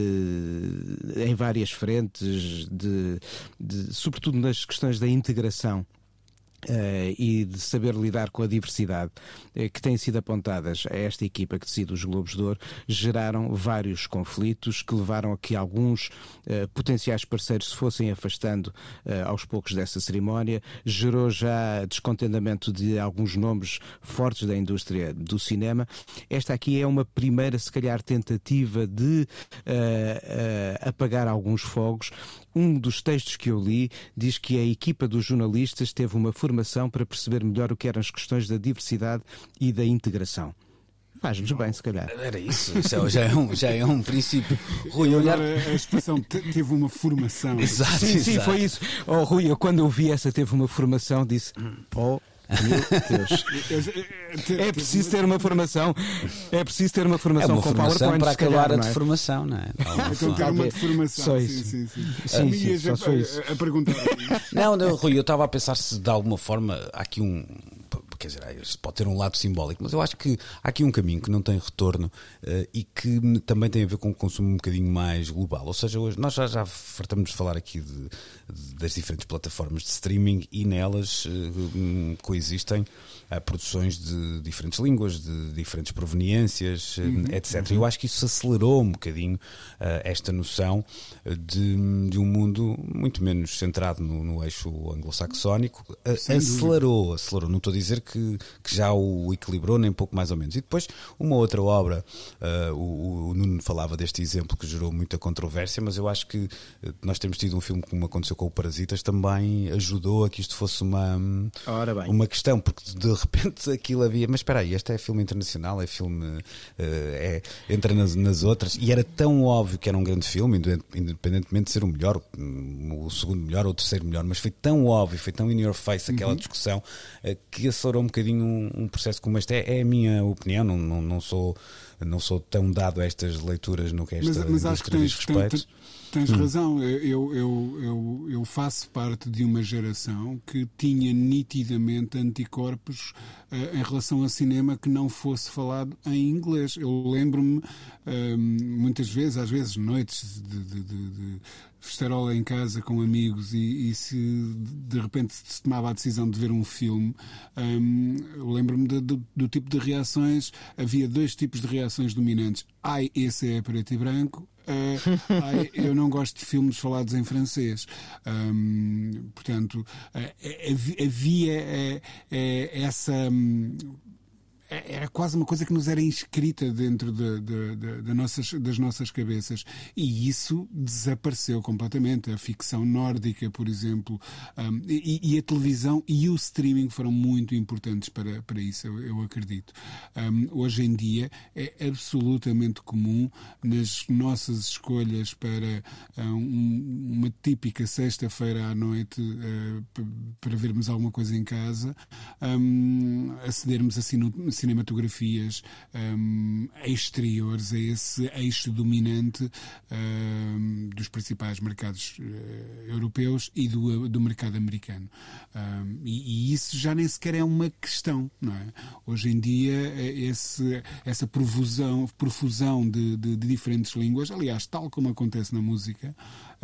de, em várias frentes, de, de, sobretudo nas questões da integração Uh, e de saber lidar com a diversidade uh, que têm sido apontadas a esta equipa que decide os Globos de Ouro, geraram vários conflitos que levaram a que alguns uh, potenciais parceiros se fossem afastando uh, aos poucos dessa cerimónia, gerou já descontentamento de alguns nomes fortes da indústria do cinema. Esta aqui é uma primeira, se calhar, tentativa de uh, uh, apagar alguns fogos. Um dos textos que eu li diz que a equipa dos jornalistas teve uma formação para perceber melhor o que eram as questões da diversidade e da integração. Faz-nos bem, se calhar. Era isso, isso já, é um, já é um princípio. Rui, olhar... A expressão teve uma formação. Exato, sim, exato. sim, foi isso. Oh, Rui, eu quando eu vi essa teve uma formação, disse... Oh, meu Deus. É preciso ter uma formação. É preciso ter uma formação, é uma com formação PowerPoint para acabar calhar, a deformação, não é? Então ter uma deformação. Só isso. Sim, sim, sim. sim, sim, sim, a, só isso. A, a perguntar. Não, não, Rui, eu estava a pensar se de alguma forma há aqui um. Quer dizer, pode ter um lado simbólico, mas eu acho que há aqui um caminho que não tem retorno uh, e que também tem a ver com um consumo um bocadinho mais global. Ou seja, hoje nós já, já fartamos de falar aqui de, de, das diferentes plataformas de streaming e nelas uh, coexistem uh, produções de diferentes línguas, de diferentes proveniências, uh, uhum, etcétera. Uhum. Eu acho que isso acelerou um bocadinho uh, esta noção de, de um mundo muito menos centrado no, no eixo anglo-saxónico. Uh, acelerou, acelerou. Não estou a dizer que Que, que já o equilibrou, nem pouco mais ou menos. E depois, uma outra obra, uh, o, o Nuno falava deste exemplo que gerou muita controvérsia, mas eu acho que nós temos tido um filme como aconteceu com o Parasitas, também ajudou a que isto fosse uma, uma questão, porque de repente aquilo havia, mas espera aí, este é filme internacional, é filme, uh, é, entra nas, nas outras, e era tão óbvio que era um grande filme, independentemente de ser o melhor, o segundo melhor ou o terceiro melhor, mas foi tão óbvio, foi tão in your face aquela uhum. discussão, uh, que acelerou um bocadinho um, um processo como este. É, é a minha opinião, não, não, não, sou, não sou tão dado a estas leituras no que esta mas, mas acho que tens, respeito. Tens, tens hum. razão, eu, eu, eu, eu faço parte de uma geração que tinha nitidamente anticorpos uh, em relação a cinema que não fosse falado em inglês. Eu lembro-me uh, muitas vezes, às vezes noites de, de, de, de festarola em casa com amigos e, e se de repente se tomava a decisão de ver um filme, um, eu lembro-me de, de, do tipo de reações. Havia dois tipos de reações dominantes. Ai, esse é preto e branco. Uh, ai, eu não gosto de filmes falados em francês. Um, portanto, uh, havia uh, uh, essa... Um, era quase uma coisa que nos era inscrita dentro de, de, de, de nossas, das nossas cabeças, e isso desapareceu completamente. A ficção nórdica, por exemplo, um, e, e a televisão e o streaming foram muito importantes para, para isso, eu, eu acredito. Um, hoje em dia é absolutamente comum nas nossas escolhas para um, uma típica sexta-feira à noite uh, para vermos alguma coisa em casa, um, acedermos assim no cinematografias um, exteriores a esse eixo dominante um, dos principais mercados uh, europeus e do, do mercado americano. Um, e, e isso já nem sequer é uma questão, não é? Hoje em dia, esse, essa profusão, profusão de, de, de diferentes línguas, aliás, tal como acontece na música,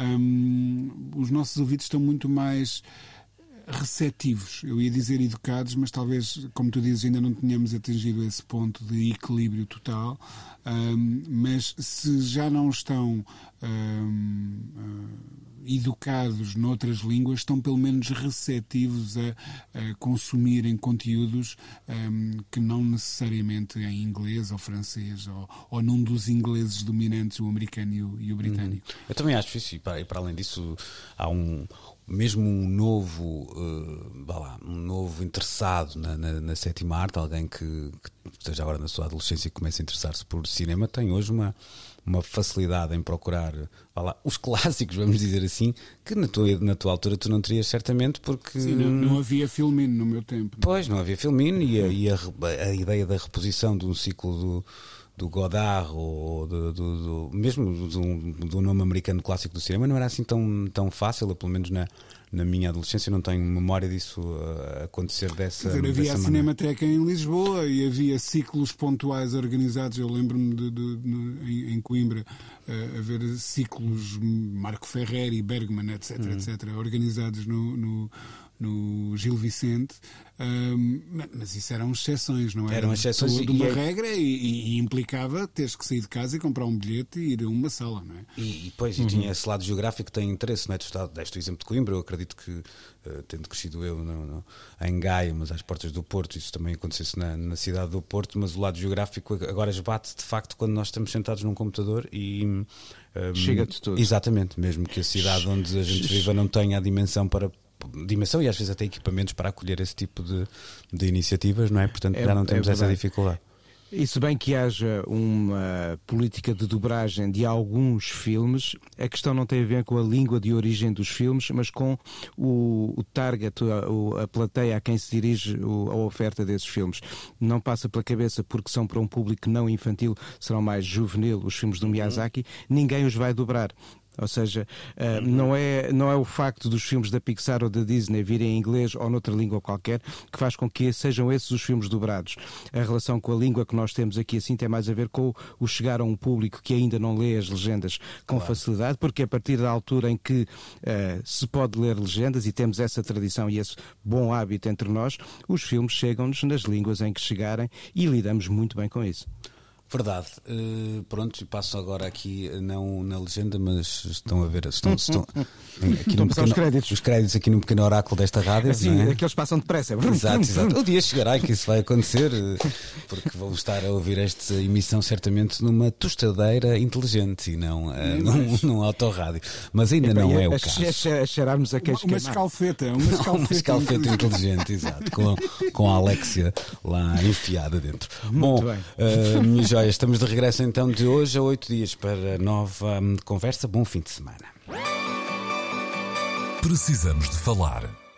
um, os nossos ouvidos estão muito mais receptivos, eu ia dizer educados, mas talvez, como tu dizes, ainda não tenhamos atingido esse ponto de equilíbrio total, um, mas se já não estão um, uh, educados noutras línguas, estão pelo menos receptivos a, a consumirem conteúdos um, que não necessariamente em inglês ou francês ou, ou num dos ingleses dominantes, o americano e o, e o britânico. Hum. Eu também acho isso, e para, e para além disso há um mesmo um novo, uh, vá lá, um novo interessado na, na, na sétima arte, alguém que, que esteja agora na sua adolescência e comece a interessar-se por cinema, tem hoje uma, uma facilidade em procurar, vá lá, os clássicos, vamos dizer assim, que na tua, na tua altura tu não terias certamente, porque... Sim, não, não havia Filmino no meu tempo. Não? Pois, não havia Filmino, e, a, e a, a ideia da reposição de um ciclo do... do Godard ou do, do, do, mesmo do, do nome americano clássico do cinema não era assim tão, tão fácil, pelo menos na, na minha adolescência. Não tenho memória disso uh, acontecer dessa maneira. Havia dessa a Cinemateca em Lisboa e havia ciclos pontuais organizados. Eu lembro-me de, de, de, em, em Coimbra uh, haver ciclos Marco Ferreri, Bergman, etc, uhum. etc, organizados no, no no Gil Vicente, um, mas isso eram exceções, não era? Eram exceções de uma e regra e, e, e implicava teres que sair de casa e comprar um bilhete e ir a uma sala, não é? E, e pois, uhum. e tinha esse lado geográfico que tem interesse, não é? Tu deste o exemplo de Coimbra, eu acredito que, uh, tendo crescido eu no, no, em Gaia, mas às portas do Porto, isso também acontecesse na, na cidade do Porto, mas o lado geográfico agora esbate de facto quando nós estamos sentados num computador e... Um, chega-te tudo. Exatamente, mesmo que a cidade onde a gente viva não tenha a dimensão para... dimensão e às vezes até equipamentos para acolher esse tipo de, de iniciativas, não é? Portanto, é, já não temos é essa dificuldade. E se bem que haja uma política de dobragem de alguns filmes, a questão não tem a ver com a língua de origem dos filmes, mas com o, o target, a, a plateia a quem se dirige o, a oferta desses filmes. Não passa pela cabeça porque são para um público não infantil, serão mais juvenil os filmes do Miyazaki, ninguém os vai dobrar. Ou seja, uh, não, é, não é o facto dos filmes da Pixar ou da Disney virem em inglês ou noutra língua qualquer que faz com que sejam esses os filmes dobrados. A relação com a língua que nós temos aqui assim tem mais a ver com o chegar a um público que ainda não lê as legendas com claro. facilidade, porque a partir da altura em que uh, se pode ler legendas, e temos essa tradição e esse bom hábito entre nós, os filmes chegam-nos nas línguas em que chegarem e lidamos muito bem com isso. Verdade. Uh, pronto, passo agora aqui, não na legenda, mas estão a ver, estão, estão aqui estão no pequeno, os créditos. Os créditos aqui no pequeno oráculo desta rádio. Assim, não é? Aqueles passam depressa. Exato, exato. O dia chegará que isso vai acontecer, porque vamos estar a ouvir esta emissão certamente numa tostadeira inteligente e não uh, num, num autorrádio. Mas ainda Epa, não é, é o a, caso. A, a cheirar-nos a queijo uma escalfeta, uma escalfeta, uma escalfeta inteligente, exato, com, com a Alexia lá enfiada dentro. Muito Bom, bem. Uh, minhas joias, estamos de regresso então de hoje a oito dias para nova um, conversa. Bom fim de semana. Precisamos de falar.